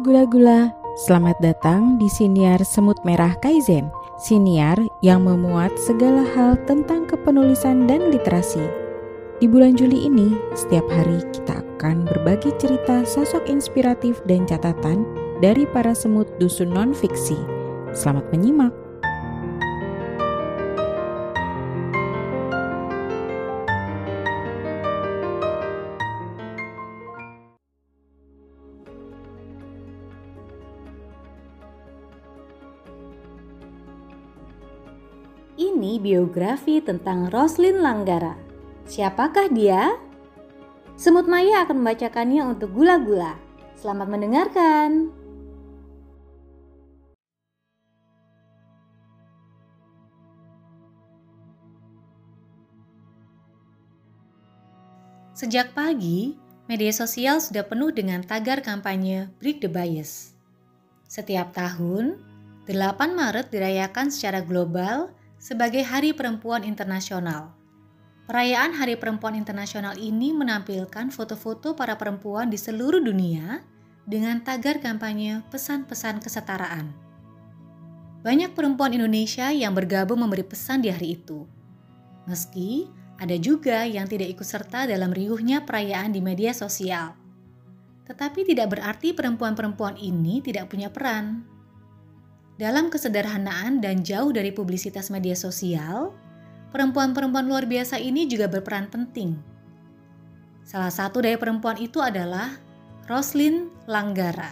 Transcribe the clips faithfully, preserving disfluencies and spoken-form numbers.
Hai gula-gula, selamat datang di Siniar Semut Merah Kaizen, siniar yang memuat segala hal tentang kepenulisan dan literasi. Di bulan Juli ini, setiap hari kita akan berbagi cerita sosok inspiratif dan catatan dari para semut dusun non-fiksi. Selamat menyimak. Ini biografi tentang Roslyn Langgara. Siapakah dia? Semut Maya akan membacakannya untuk gula-gula. Selamat mendengarkan. Sejak pagi, media sosial sudah penuh dengan tagar kampanye Break the Bias. Setiap tahun, delapan Maret dirayakan secara global sebagai Hari Perempuan Internasional. Perayaan Hari Perempuan Internasional ini menampilkan foto-foto para perempuan di seluruh dunia dengan tagar kampanye pesan-pesan kesetaraan. Banyak perempuan Indonesia yang bergabung memberi pesan di hari itu. Meski ada juga yang tidak ikut serta dalam riuhnya perayaan di media sosial. Tetapi tidak berarti perempuan-perempuan ini tidak punya peran. Dalam kesederhanaan dan jauh dari publisitas media sosial, perempuan-perempuan luar biasa ini juga berperan penting. Salah satu dari perempuan itu adalah Roslyn Langgara.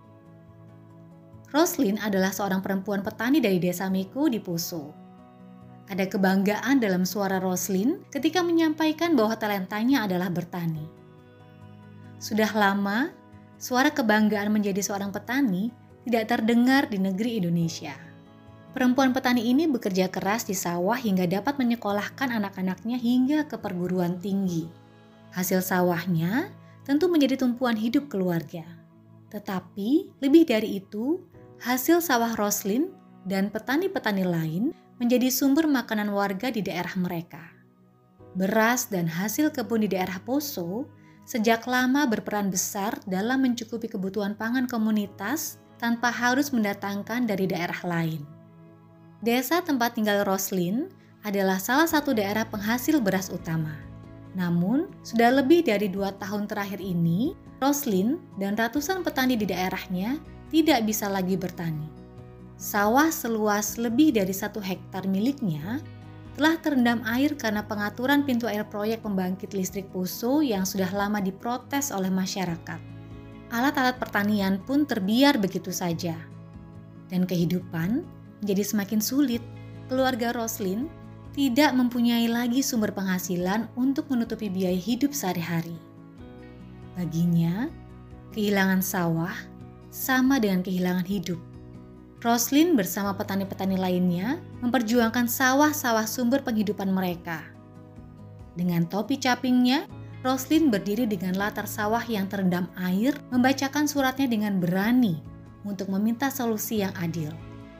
Roslyn adalah seorang perempuan petani dari desa Miku di Poso. Ada kebanggaan dalam suara Roslyn ketika menyampaikan bahwa talentanya adalah bertani. Sudah lama, suara kebanggaan menjadi seorang petani tidak terdengar di negeri Indonesia. Perempuan petani ini bekerja keras di sawah hingga dapat menyekolahkan anak-anaknya hingga ke perguruan tinggi. Hasil sawahnya tentu menjadi tumpuan hidup keluarga. Tetapi lebih dari itu, hasil sawah Roslyn dan petani-petani lain menjadi sumber makanan warga di daerah mereka. Beras dan hasil kebun di daerah Poso sejak lama berperan besar dalam mencukupi kebutuhan pangan komunitas tanpa harus mendatangkan dari daerah lain. Desa tempat tinggal Roslyn adalah salah satu daerah penghasil beras utama. Namun, sudah lebih dari dua tahun terakhir ini, Roslyn dan ratusan petani di daerahnya tidak bisa lagi bertani. Sawah seluas lebih dari satu hektar miliknya telah terendam air karena pengaturan pintu air proyek pembangkit listrik Poso yang sudah lama diprotes oleh masyarakat. Alat-alat pertanian pun terbiar begitu saja. Dan kehidupan menjadi semakin sulit. Keluarga Roslyn tidak mempunyai lagi sumber penghasilan untuk menutupi biaya hidup sehari-hari. Baginya, kehilangan sawah sama dengan kehilangan hidup. Roslyn bersama petani-petani lainnya memperjuangkan sawah-sawah sumber penghidupan mereka. Dengan topi capingnya, Roslyn berdiri dengan latar sawah yang terendam air, membacakan suratnya dengan berani untuk meminta solusi yang adil.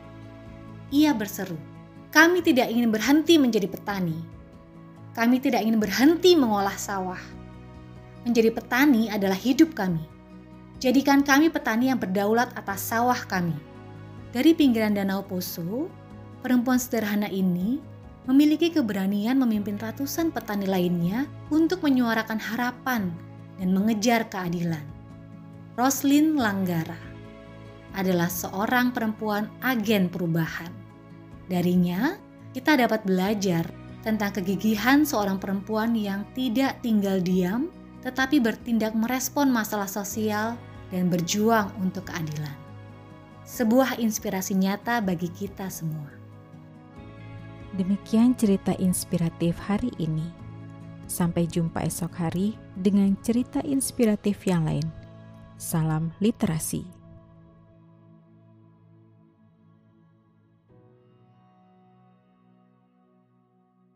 Ia berseru, "Kami tidak ingin berhenti menjadi petani. Kami tidak ingin berhenti mengolah sawah. Menjadi petani adalah hidup kami. Jadikan kami petani yang berdaulat atas sawah kami." Dari pinggiran Danau Poso, perempuan sederhana ini memiliki keberanian memimpin ratusan petani lainnya untuk menyuarakan harapan dan mengejar keadilan. Roslyn Langgara adalah seorang perempuan agen perubahan. Darinya, kita dapat belajar tentang kegigihan seorang perempuan yang tidak tinggal diam, tetapi bertindak merespon masalah sosial dan berjuang untuk keadilan. Sebuah inspirasi nyata bagi kita semua. Demikian cerita inspiratif hari ini. Sampai jumpa esok hari dengan cerita inspiratif yang lain. Salam literasi.